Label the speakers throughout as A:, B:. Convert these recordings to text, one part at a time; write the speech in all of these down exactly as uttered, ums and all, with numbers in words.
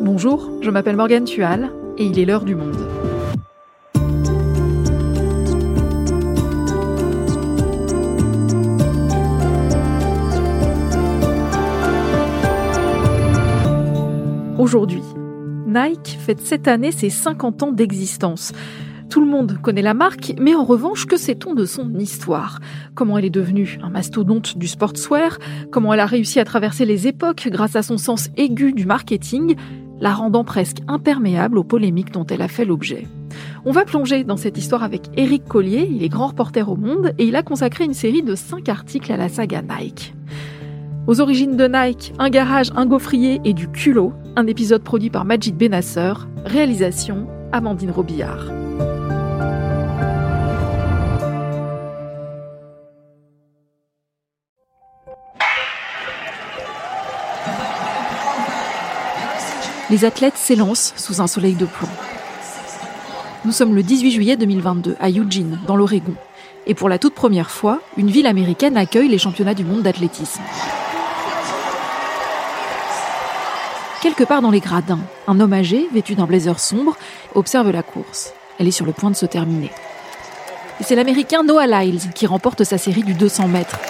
A: Bonjour, je m'appelle Morgane Tual et il est l'heure du monde. Aujourd'hui, Nike fête cette année ses cinquante ans d'existence. Tout le monde connaît la marque, mais en revanche, que sait-on de son histoire ? Comment elle est devenue un mastodonte du sportswear ? Comment elle a réussi à traverser les époques grâce à son sens aigu du marketing, la rendant presque imperméable aux polémiques dont elle a fait l'objet ? On va plonger dans cette histoire avec Éric Collier, il est grand reporter au Monde et il a consacré une série de cinq articles à la saga Nike. Aux origines de Nike, un garage, un gaufrier et du culot, un épisode produit par Majid Benasser, réalisation Amandine Robillard. Les athlètes s'élancent sous un soleil de plomb. Nous sommes le dix-huit juillet deux mille vingt-deux, à Eugene, dans l'Oregon. Et pour la toute première fois, une ville américaine accueille les championnats du monde d'athlétisme. Quelque part dans les gradins, un homme âgé, vêtu d'un blazer sombre, observe la course. Elle est sur le point de se terminer. Et c'est l'Américain Noah Lyles qui remporte sa série du deux cents mètres.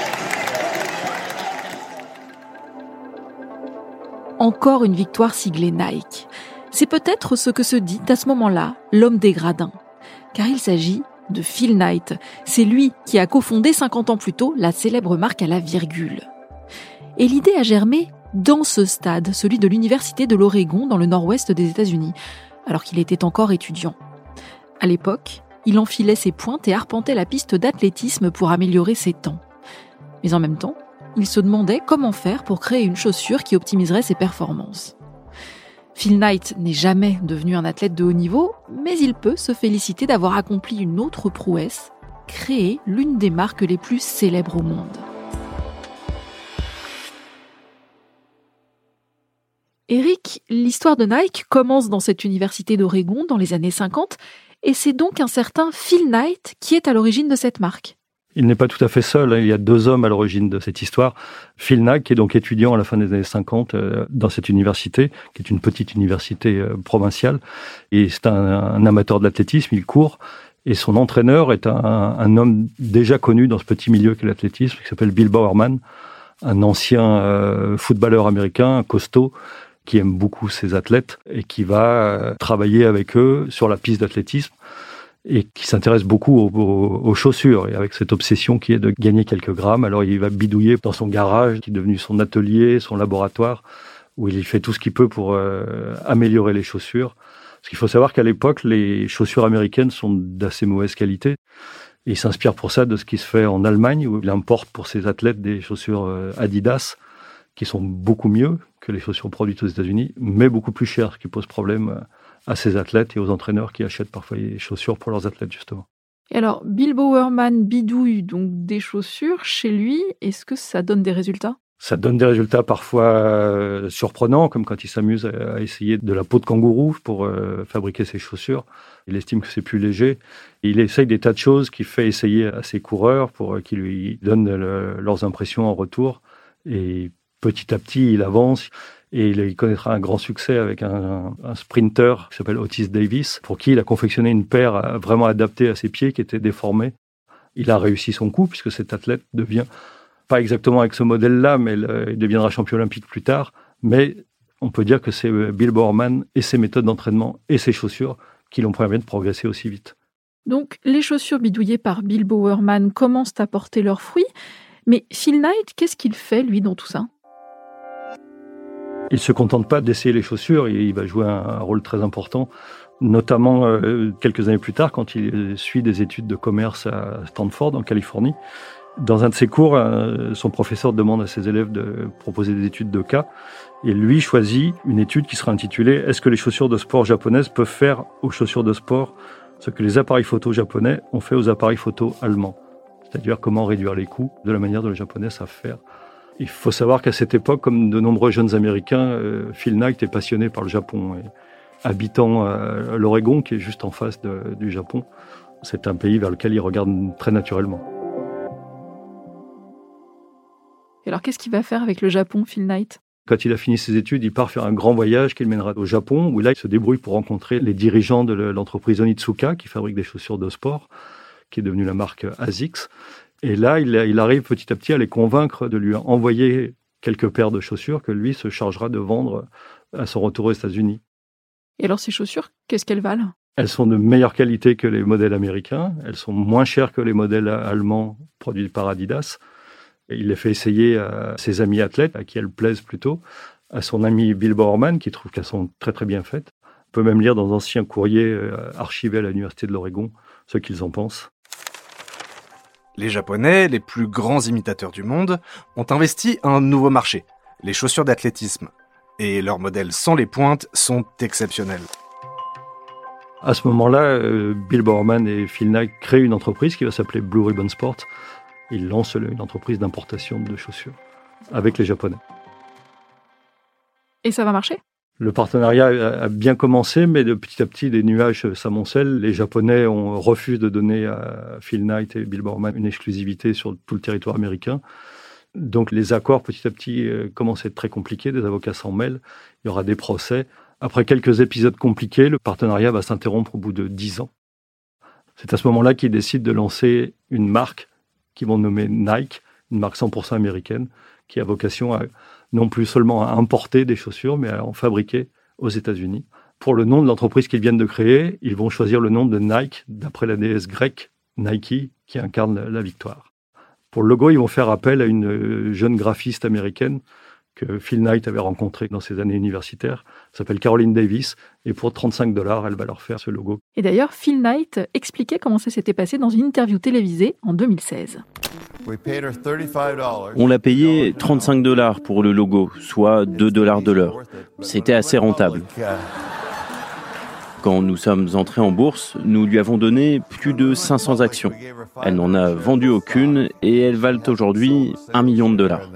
A: Encore une victoire siglée Nike. C'est peut-être ce que se dit à ce moment-là l'homme des gradins. Car il s'agit de Phil Knight. C'est lui qui a cofondé cinquante ans plus tôt la célèbre marque à la virgule. Et l'idée a germé dans ce stade, celui de l'université de l'Oregon dans le nord-ouest des États-Unis, alors qu'il était encore étudiant. À l'époque, il enfilait ses pointes et arpentait la piste d'athlétisme pour améliorer ses temps. Mais en même temps, il se demandait comment faire pour créer une chaussure qui optimiserait ses performances. Phil Knight n'est jamais devenu un athlète de haut niveau, mais il peut se féliciter d'avoir accompli une autre prouesse, créer l'une des marques les plus célèbres au monde. Éric, l'histoire de Nike commence dans cette université d'Oregon dans les années cinquante, et c'est donc un certain Phil Knight qui est à l'origine de cette marque.
B: Il n'est pas tout à fait seul, il y a deux hommes à l'origine de cette histoire. Phil Knight, qui est donc étudiant à la fin des années cinquante euh, dans cette université, qui est une petite université euh, provinciale, et c'est un, un amateur de l'athlétisme, il court, et son entraîneur est un, un homme déjà connu dans ce petit milieu qu'est l'athlétisme, qui s'appelle Bill Bowerman, un ancien euh, footballeur américain, costaud, qui aime beaucoup ses athlètes, et qui va euh, travailler avec eux sur la piste d'athlétisme, et qui s'intéresse beaucoup aux, aux, aux chaussures, et avec cette obsession qui est de gagner quelques grammes. Alors il va bidouiller dans son garage, qui est devenu son atelier, son laboratoire, où il fait tout ce qu'il peut pour euh, améliorer les chaussures. Parce qu'il faut savoir qu'à l'époque, les chaussures américaines sont d'assez mauvaise qualité, et il s'inspire pour ça de ce qui se fait en Allemagne, où il importe pour ses athlètes des chaussures euh, Adidas, qui sont beaucoup mieux que les chaussures produites aux États-Unis, mais beaucoup plus chères, ce qui pose problème euh, à ces athlètes et aux entraîneurs qui achètent parfois les chaussures pour leurs athlètes, justement.
A: Et alors, Bill Bowerman bidouille donc des chaussures chez lui. Est-ce que ça donne des résultats ?
B: Ça donne des résultats parfois euh, surprenants, comme quand il s'amuse à, à essayer de la peau de kangourou pour euh, fabriquer ses chaussures. Il estime que c'est plus léger. Et il essaye des tas de choses qu'il fait essayer à ses coureurs pour euh, qu'ils lui donnent le, leurs impressions en retour. Et petit à petit, il avance. Et il connaîtra un grand succès avec un, un sprinter qui s'appelle Otis Davis, pour qui il a confectionné une paire vraiment adaptée à ses pieds qui était déformée. Il a réussi son coup, puisque cet athlète devient, pas exactement avec ce modèle-là, mais il deviendra champion olympique plus tard. Mais on peut dire que c'est Bill Bowerman et ses méthodes d'entraînement et ses chaussures qui l'ont permis de progresser aussi vite.
A: Donc les chaussures bidouillées par Bill Bowerman commencent à porter leurs fruits. Mais Phil Knight, qu'est-ce qu'il fait, lui, dans tout ça ?
B: Il ne se contente pas d'essayer les chaussures, il va jouer un rôle très important, notamment euh, quelques années plus tard, quand il suit des études de commerce à Stanford, en Californie. Dans un de ses cours, euh, son professeur demande à ses élèves de proposer des études de cas, et lui choisit une étude qui sera intitulée « Est-ce que les chaussures de sport japonaises peuvent faire aux chaussures de sport ce que les appareils photo japonais ont fait aux appareils photo allemands ?» C'est-à-dire comment réduire les coûts de la manière dont les Japonais savent faire. Il faut savoir qu'à cette époque, comme de nombreux jeunes Américains, euh, Phil Knight est passionné par le Japon. Et habitant à l'Oregon, qui est juste en face de, du Japon, c'est un pays vers lequel il regarde très naturellement.
A: Et alors, qu'est-ce qu'il va faire avec le Japon, Phil Knight ?
B: Quand il a fini ses études, il part faire un grand voyage qu'il mènera au Japon, où là, il se débrouille pour rencontrer les dirigeants de l'entreprise Onitsuka, qui fabrique des chaussures de sport, qui est devenue la marque ASICS. Et là, il, il arrive petit à petit à les convaincre de lui envoyer quelques paires de chaussures que lui se chargera de vendre à son retour aux États-Unis.
A: Et alors, ces chaussures, qu'est-ce qu'elles valent ?
B: Elles sont de meilleure qualité que les modèles américains. Elles sont moins chères que les modèles allemands produits par Adidas. Et il les fait essayer à ses amis athlètes, à qui elles plaisent plutôt, à son ami Bill Bowerman, qui trouve qu'elles sont très très bien faites. On peut même lire dans d'anciens courriers archivés à l'Université de l'Oregon ce qu'ils en pensent.
C: Les Japonais, les plus grands imitateurs du monde, ont investi un nouveau marché, les chaussures d'athlétisme. Et leurs modèles sans les pointes sont exceptionnels.
B: À ce moment-là, euh, Bill Bowerman et Phil Knight créent une entreprise qui va s'appeler Blue Ribbon Sport. Ils lancent une entreprise d'importation de chaussures avec les Japonais.
A: Et ça va marcher ?
B: Le partenariat a bien commencé, mais de petit à petit, des nuages s'amoncellent. Les Japonais ont refusé de donner à Phil Knight et Bill Bowerman une exclusivité sur tout le territoire américain. Donc les accords, petit à petit, commencent à être très compliqués. Des avocats s'en mêlent. Il y aura des procès. Après quelques épisodes compliqués, le partenariat va s'interrompre au bout de dix ans. C'est à ce moment-là qu'ils décident de lancer une marque qu'ils vont nommer Nike, une marque cent pour cent américaine, qui a vocation à non plus seulement à importer des chaussures, mais à en fabriquer aux États-Unis. Pour le nom de l'entreprise qu'ils viennent de créer, ils vont choisir le nom de Nike, d'après la déesse grecque Nike, qui incarne la victoire. Pour le logo, ils vont faire appel à une jeune graphiste américaine que Phil Knight avait rencontrée dans ses années universitaires. Elle s'appelle Caroline Davis, et pour trente-cinq dollars, elle va leur faire ce logo.
A: Et d'ailleurs, Phil Knight expliquait comment ça s'était passé dans une interview télévisée en deux mille seize.
D: On l'a payé trente-cinq dollars pour le logo, soit deux dollars de l'heure. C'était assez rentable. Quand nous sommes entrés en bourse, nous lui avons donné plus de cinq cents actions. Elle n'en a vendu aucune et elles valent aujourd'hui un million de dollars.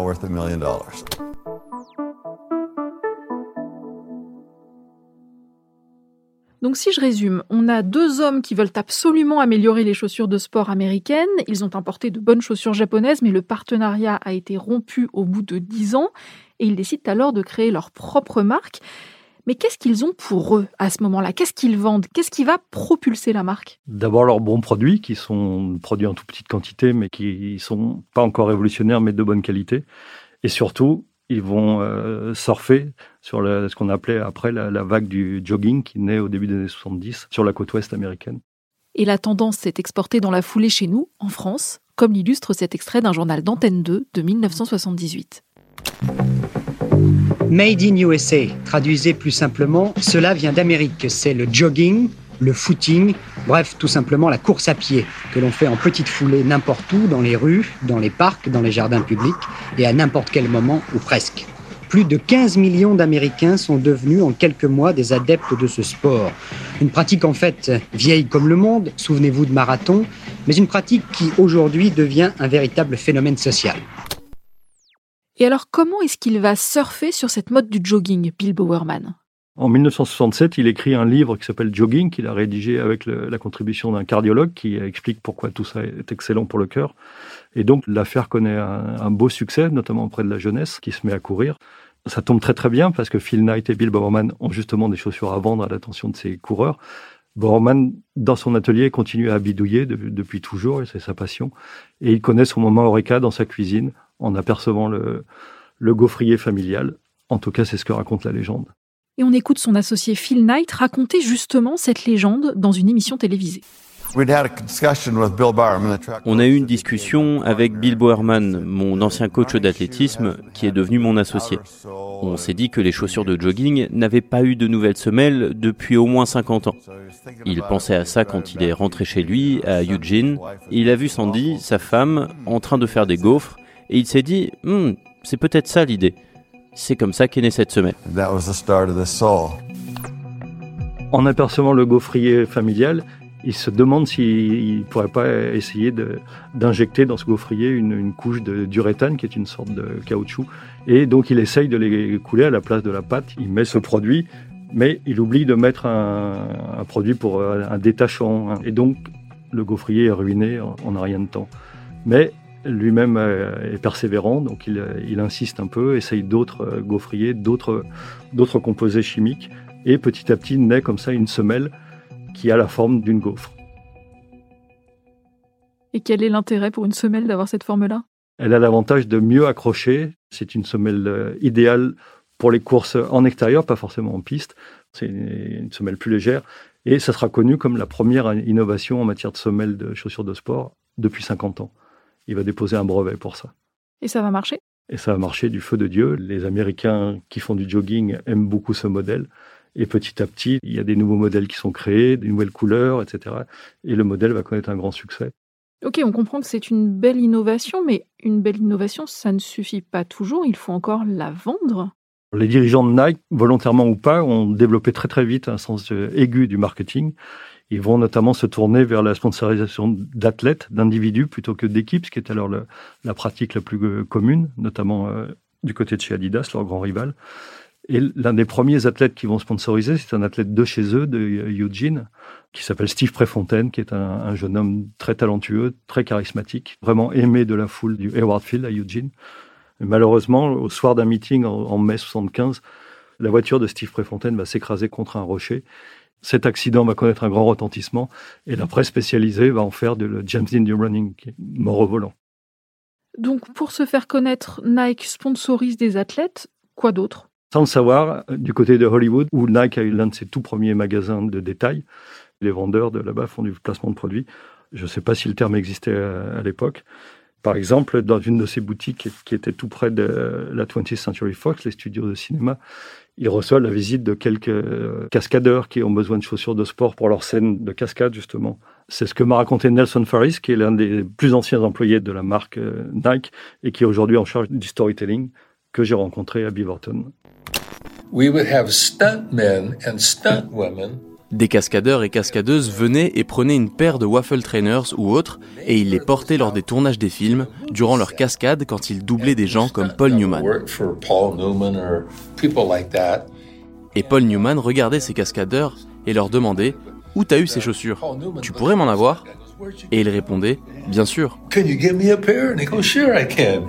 A: Donc si je résume, on a deux hommes qui veulent absolument améliorer les chaussures de sport américaines. Ils ont importé de bonnes chaussures japonaises, mais le partenariat a été rompu au bout de dix ans. Et ils décident alors de créer leur propre marque. Mais qu'est-ce qu'ils ont pour eux à ce moment-là ? Qu'est-ce qu'ils vendent ? Qu'est-ce qui va propulser la marque ?
B: D'abord leurs bons produits, qui sont produits en toute petite quantité, mais qui ne sont pas encore révolutionnaires, mais de bonne qualité. Et surtout, ils vont euh, surfer sur la, ce qu'on appelait après la, la vague du jogging, qui naît au début des années soixante-dix, sur la côte ouest américaine.
A: Et la tendance s'est exportée dans la foulée chez nous, en France, comme l'illustre cet extrait d'un journal d'Antenne deux de dix-neuf cent soixante-dix-huit.
E: Made in U S A, traduisez plus simplement, cela vient d'Amérique. C'est le jogging, le footing, bref, tout simplement la course à pied, que l'on fait en petite foulée n'importe où, dans les rues, dans les parcs, dans les jardins publics, et à n'importe quel moment, ou presque. Plus de quinze millions d'Américains sont devenus en quelques mois des adeptes de ce sport. Une pratique en fait vieille comme le monde, souvenez-vous de marathon, mais une pratique qui aujourd'hui devient un véritable phénomène social.
A: Et alors, comment est-ce qu'il va surfer sur cette mode du jogging, Bill Bowerman ?
B: En dix-neuf cent soixante-sept, il écrit un livre qui s'appelle Jogging, qu'il a rédigé avec le, la contribution d'un cardiologue qui explique pourquoi tout ça est excellent pour le cœur. Et donc, l'affaire connaît un, un beau succès, notamment auprès de la jeunesse qui se met à courir. Ça tombe très très bien parce que Phil Knight et Bill Bowerman ont justement des chaussures à vendre à l'attention de ces coureurs. Bowerman, dans son atelier, continue à bidouiller de, depuis toujours, et c'est sa passion. Et il connaît son moment eureka dans sa cuisine, en apercevant le, le gaufrier familial. En tout cas, c'est ce que raconte la légende.
A: Et on écoute son associé Phil Knight raconter justement cette légende dans une émission télévisée.
D: On a eu une discussion avec Bill Bowerman, mon ancien coach d'athlétisme, qui est devenu mon associé. On s'est dit que les chaussures de jogging n'avaient pas eu de nouvelles semelles depuis au moins cinquante ans. Il pensait à ça quand il est rentré chez lui, à Eugene. Il a vu Sandy, sa femme, en train de faire des gaufres, et il s'est dit hm, « c'est peut-être ça l'idée ». C'est comme ça qu'est née cette semelle.
B: En apercevant le gaufrier familial, il se demande s'il ne pourrait pas essayer de, d'injecter dans ce gaufrier une, une couche de, d'uréthane, qui est une sorte de caoutchouc. Et donc il essaye de les couler à la place de la pâte. Il met ce produit, mais il oublie de mettre un, un produit pour un détachant. Et donc le gaufrier est ruiné en, en un rien de temps. Mais Lui-même est persévérant, donc il, il insiste un peu, essaye d'autres gaufriers, d'autres, d'autres composés chimiques, et petit à petit naît comme ça une semelle qui a la forme d'une gaufre.
A: Et quel est l'intérêt pour une semelle d'avoir cette forme-là ?
B: Elle a l'avantage de mieux accrocher. C'est une semelle idéale pour les courses en extérieur, pas forcément en piste. C'est une semelle plus légère. Et ça sera connu comme la première innovation en matière de semelle de chaussures de sport depuis cinquante ans. Il va déposer un brevet pour ça.
A: Et ça va marcher ?
B: Et ça va marcher du feu de Dieu. Les Américains qui font du jogging aiment beaucoup ce modèle. Et petit à petit, il y a des nouveaux modèles qui sont créés, des nouvelles couleurs, et cetera. Et le modèle va connaître un grand succès.
A: Ok, on comprend que c'est une belle innovation, mais une belle innovation, ça ne suffit pas toujours. Il faut encore la vendre.
B: Les dirigeants de Nike, volontairement ou pas, ont développé très très vite un sens aigu du marketing. Ils vont notamment se tourner vers la sponsorisation d'athlètes, d'individus, plutôt que d'équipes, ce qui est alors le, la pratique la plus commune, notamment euh, du côté de chez Adidas, leur grand rival. Et l'un des premiers athlètes qui vont sponsoriser, c'est un athlète de chez eux, de Eugene, qui s'appelle Steve Prefontaine, qui est un, un jeune homme très talentueux, très charismatique, vraiment aimé de la foule du Hayward Field à Eugene. Et malheureusement, au soir d'un meeting en, en mai soixante-quinze, la voiture de Steve Prefontaine va s'écraser contre un rocher. Cet accident va connaître un grand retentissement et la presse spécialisée va en faire de le James Dean du running, qui est mort au volant.
A: Donc, pour se faire connaître, Nike sponsorise des athlètes. Quoi d'autre ?
B: Sans le savoir, du côté de Hollywood, où Nike a eu l'un de ses tout premiers magasins de détail, les vendeurs de là-bas font du placement de produits. Je ne sais pas si le terme existait à, à l'époque. Par exemple, dans une de ces boutiques qui était tout près de la twentieth Century Fox, les studios de cinéma, il reçoit la visite de quelques cascadeurs qui ont besoin de chaussures de sport pour leur scène de cascade, justement. C'est ce que m'a raconté Nelson Faris, qui est l'un des plus anciens employés de la marque Nike et qui est aujourd'hui en charge du storytelling, que j'ai rencontré à Beaverton.
F: We would have stuntmen and stuntwomen.
D: Des cascadeurs et cascadeuses venaient et prenaient une paire de waffle trainers ou autres et ils les portaient lors des tournages des films, durant leur cascade quand ils doublaient des gens comme Paul Newman. Et Paul Newman regardait ces cascadeurs et leur demandait « Où t'as eu ces chaussures ? Tu pourrais m'en avoir ?» Et ils répondaient « Bien sûr. »
F: Can you give me a pair? And they go, sure I can.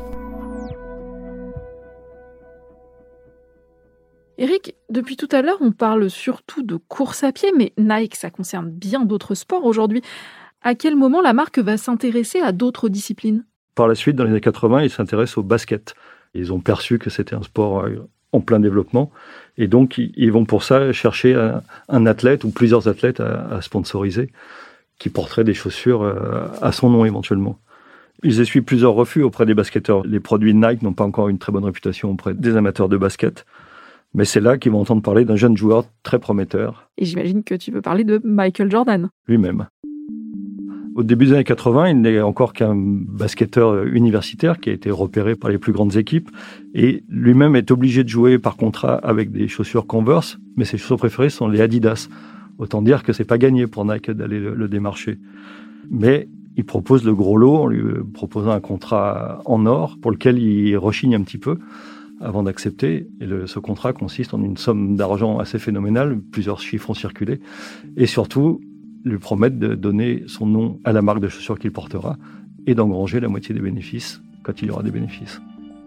A: Eric, depuis tout à l'heure, on parle surtout de course à pied, mais Nike, ça concerne bien d'autres sports aujourd'hui. À quel moment la marque va s'intéresser à d'autres disciplines ?
B: Par la suite, dans les années quatre-vingts, ils s'intéressent au basket. Ils ont perçu que c'était un sport en plein développement. Et donc, ils vont pour ça chercher un, un athlète ou plusieurs athlètes à, à sponsoriser qui porteraient des chaussures à son nom éventuellement. Ils essuient plusieurs refus auprès des basketteurs. Les produits Nike n'ont pas encore une très bonne réputation auprès des amateurs de basket. Mais c'est là qu'ils vont entendre parler d'un jeune joueur très prometteur.
A: Et j'imagine que tu veux parler de Michael Jordan.
B: Lui-même. Au début des années quatre-vingts, il n'est encore qu'un basketteur universitaire qui a été repéré par les plus grandes équipes. Et lui-même est obligé de jouer par contrat avec des chaussures Converse, mais ses chaussures préférées sont les Adidas. Autant dire que c'est pas gagné pour Nike d'aller le, le démarcher. Mais il propose le gros lot en lui proposant un contrat en or pour lequel il rechigne un petit peu avant d'accepter. Et le, ce contrat consiste en une somme d'argent assez phénoménale, plusieurs chiffres ont circulé, et surtout lui promettre de donner son nom à la marque de chaussures qu'il portera et d'engranger la moitié des bénéfices quand il y aura des bénéfices.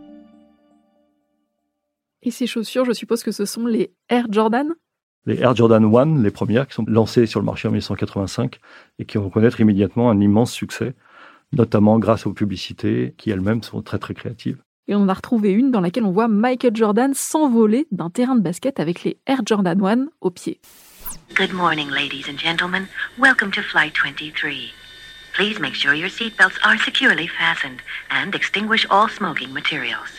A: Et ces chaussures, je suppose que ce sont les Air Jordan ?
B: Les Air Jordan un, les premières, qui sont lancées sur le marché en dix-neuf cent quatre-vingt-cinq et qui vont connaître immédiatement un immense succès, notamment grâce aux publicités qui elles-mêmes sont très très créatives.
A: Et on en a retrouvé une dans laquelle on voit Michael Jordan s'envoler d'un terrain de basket avec les Air Jordan un au pied.
G: Good morning, ladies and gentlemen. Welcome to Flight twenty-three. Please make sure your seatbelts are securely fastened and extinguish all smoking materials.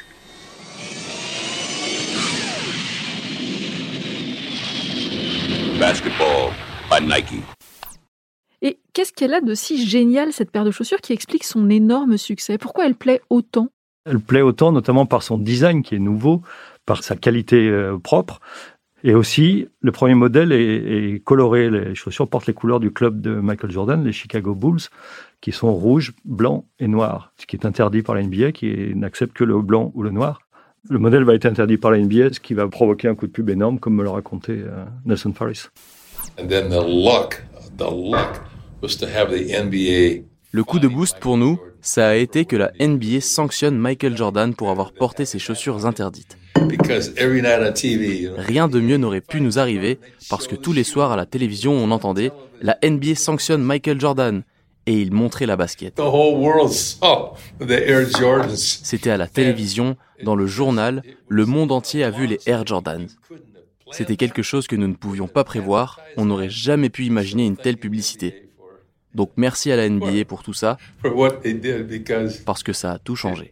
F: Basketball by Nike.
A: Et qu'est-ce qu'elle a de si génial, cette paire de chaussures, qui explique son énorme succès ? Pourquoi elle plaît autant ?
B: Elle plaît autant, notamment par son design qui est nouveau, par sa qualité euh, propre. Et aussi, le premier modèle est, est coloré. Les chaussures portent les couleurs du club de Michael Jordan, les Chicago Bulls, qui sont rouge, blanc et noir, ce qui est interdit par la N B A, qui n'accepte que le blanc ou le noir. Le modèle va être interdit par la N B A, ce qui va provoquer un coup de pub énorme, comme me l'a raconté euh, Nelson Faris.
F: And then the luck, the luck was to have the N B A
H: Le coup de boost pour nous, ça a été que la N B A sanctionne Michael Jordan pour avoir porté ses chaussures interdites. Rien de mieux n'aurait pu nous arriver parce que tous les soirs à la télévision on entendait « La N B A sanctionne Michael Jordan » et il montrait la basket. C'était à la télévision, dans le journal, le monde entier a vu les Air Jordan. C'était quelque chose que nous ne pouvions pas prévoir, on n'aurait jamais pu imaginer une telle publicité. Donc merci à la N B A pour tout ça, parce que ça a tout changé.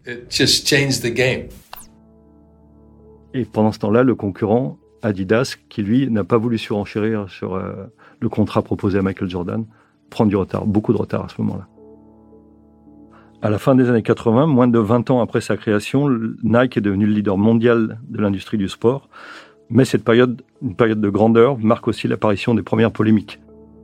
B: Et pendant ce temps-là, le concurrent, Adidas, qui lui n'a pas voulu surenchérir sur euh, le contrat proposé à Michael Jordan, prend du retard, beaucoup de retard à ce moment-là. À la fin des années quatre-vingts, moins de vingt ans après sa création, Nike est devenu le leader mondial de l'industrie du sport. Mais cette période, une période de grandeur, marque aussi l'apparition des premières polémiques.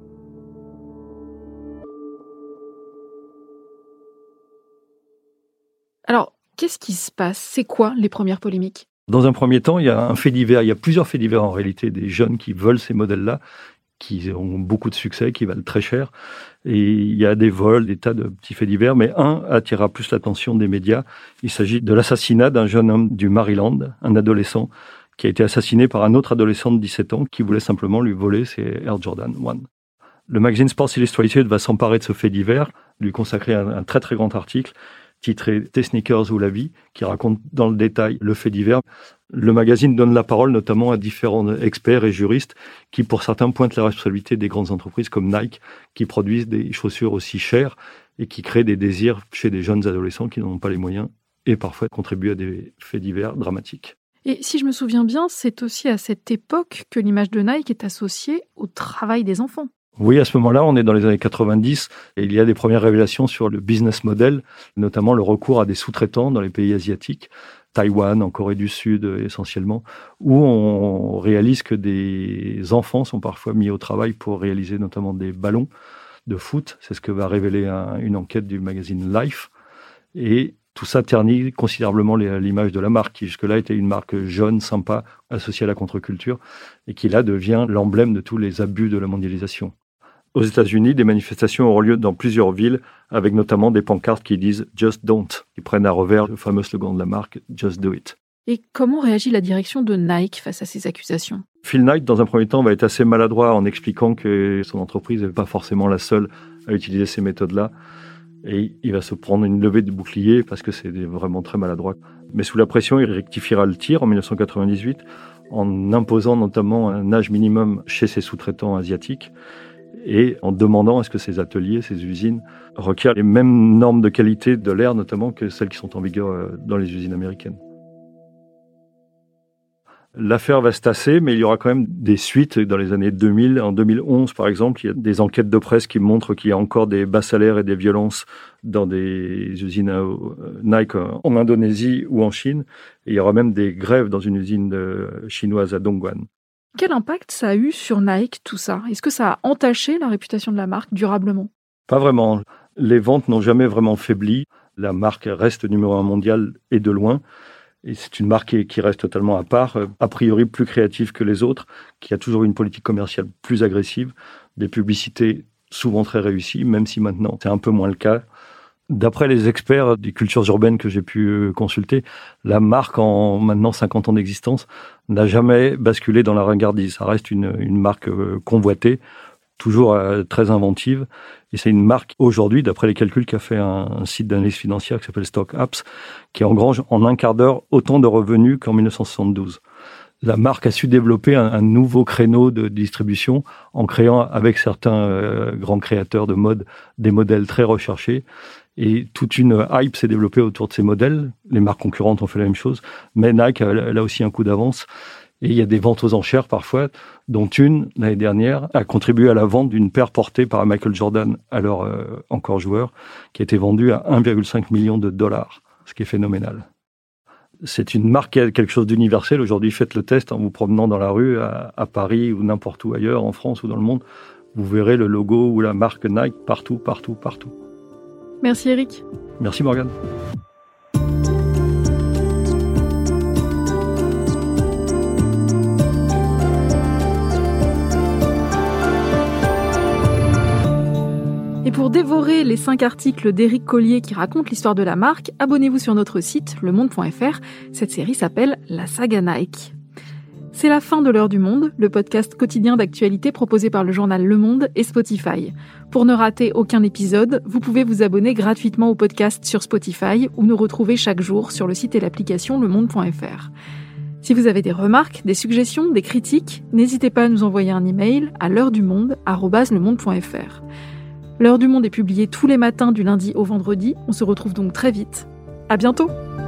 A: Alors, qu'est-ce qui se passe ? C'est quoi les premières polémiques ?
B: Dans un premier temps, il y a un fait divers. Il y a plusieurs faits divers en réalité, des jeunes qui veulent ces modèles-là, qui ont beaucoup de succès, qui valent très cher. Et il y a des vols, des tas de petits faits divers, mais un attirera plus l'attention des médias. Il s'agit de l'assassinat d'un jeune homme du Maryland, un adolescent, qui a été assassiné par un autre adolescent de dix-sept ans qui voulait simplement lui voler ses Air Jordan un. Le magazine Sports Illustrated va s'emparer de ce fait divers, lui consacrer un, un très très grand article titré « Tes sneakers ou la vie » qui raconte dans le détail le fait divers. Le magazine donne la parole notamment à différents experts et juristes qui, pour certains, pointent la responsabilité des grandes entreprises comme Nike qui produisent des chaussures aussi chères et qui créent des désirs chez des jeunes adolescents qui n'en ont pas les moyens et parfois contribuent à des faits divers dramatiques.
A: Et si je me souviens bien, c'est aussi à cette époque que l'image de Nike est associée au travail des enfants.
B: Oui, à ce moment-là, on est dans les années quatre-vingt-dix et il y a des premières révélations sur le business model, notamment le recours à des sous-traitants dans les pays asiatiques, Taïwan, en Corée du Sud essentiellement, où on réalise que des enfants sont parfois mis au travail pour réaliser notamment des ballons de foot. C'est ce que va révéler un, une enquête du magazine Life. Et tout ça ternit considérablement l'image de la marque, qui jusque-là était une marque jeune, sympa, associée à la contre-culture, et qui là devient l'emblème de tous les abus de la mondialisation. Aux États-Unis, des manifestations auront lieu dans plusieurs villes, avec notamment des pancartes qui disent « Just don't », qui prennent à revers le fameux slogan de la marque « Just do it ».
A: Et comment réagit la direction de Nike face à ces accusations ?
B: Phil Knight, dans un premier temps, va être assez maladroit en expliquant que son entreprise n'est pas forcément la seule à utiliser ces méthodes-là. Et il va se prendre une levée de bouclier parce que c'est vraiment très maladroit. Mais sous la pression, il rectifiera le tir en dix-neuf cent quatre-vingt-dix-huit en imposant notamment un âge minimum chez ses sous-traitants asiatiques et en demandant à ce que ces ateliers, ces usines requièrent les mêmes normes de qualité de l'air notamment que celles qui sont en vigueur dans les usines américaines. L'affaire va se tasser, mais il y aura quand même des suites dans les années deux mille. En deux mille onze, par exemple, il y a des enquêtes de presse qui montrent qu'il y a encore des bas salaires et des violences dans des usines Nike en Indonésie ou en Chine. Et il y aura même des grèves dans une usine chinoise à Dongguan.
A: Quel impact ça a eu sur Nike, tout ça ? Est-ce que ça a entaché la réputation de la marque durablement ?
B: Pas vraiment. Les ventes n'ont jamais vraiment faibli. La marque reste numéro un mondial et de loin. Et c'est une marque qui reste totalement à part, a priori plus créative que les autres, qui a toujours une politique commerciale plus agressive, des publicités souvent très réussies, même si maintenant c'est un peu moins le cas. D'après les experts des cultures urbaines que j'ai pu consulter, la marque, en maintenant cinquante ans d'existence, n'a jamais basculé dans la ringardise. Ça reste une, une marque convoitée, toujours euh, très inventive. Et c'est une marque aujourd'hui, d'après les calculs qu'a fait un, un site d'analyse financière qui s'appelle Stock Apps, qui engrange en un quart d'heure autant de revenus qu'en dix-neuf cent soixante-douze. La marque a su développer un, un nouveau créneau de distribution en créant avec certains euh, grands créateurs de mode des modèles très recherchés. Et toute une hype s'est développée autour de ces modèles. Les marques concurrentes ont fait la même chose, mais Nike a, elle a aussi un coup d'avance. Et il y a des ventes aux enchères parfois, dont une, l'année dernière, a contribué à la vente d'une paire portée par Michael Jordan, alors euh, encore joueur, qui a été vendue à un virgule cinq million de dollars, ce qui est phénoménal. C'est une marque qui a quelque chose d'universel. Aujourd'hui, faites le test en vous promenant dans la rue, à, à Paris ou n'importe où ailleurs, en France ou dans le monde. Vous verrez le logo ou la marque Nike partout, partout, partout.
A: Merci Eric.
B: Merci Morgane.
A: Et pour dévorer les cinq articles d'Éric Collier qui racontent l'histoire de la marque, abonnez-vous sur notre site, le monde point f r. Cette série s'appelle La Saga Nike. C'est la fin de l'heure du monde, le podcast quotidien d'actualité proposé par le journal Le Monde et Spotify. Pour ne rater aucun épisode, vous pouvez vous abonner gratuitement au podcast sur Spotify ou nous retrouver chaque jour sur le site et l'application le monde point f r. Si vous avez des remarques, des suggestions, des critiques, n'hésitez pas à nous envoyer un email à l'heure du monde arobase le monde point f r. L'heure du monde est publiée tous les matins du lundi au vendredi. On se retrouve donc très vite. À bientôt!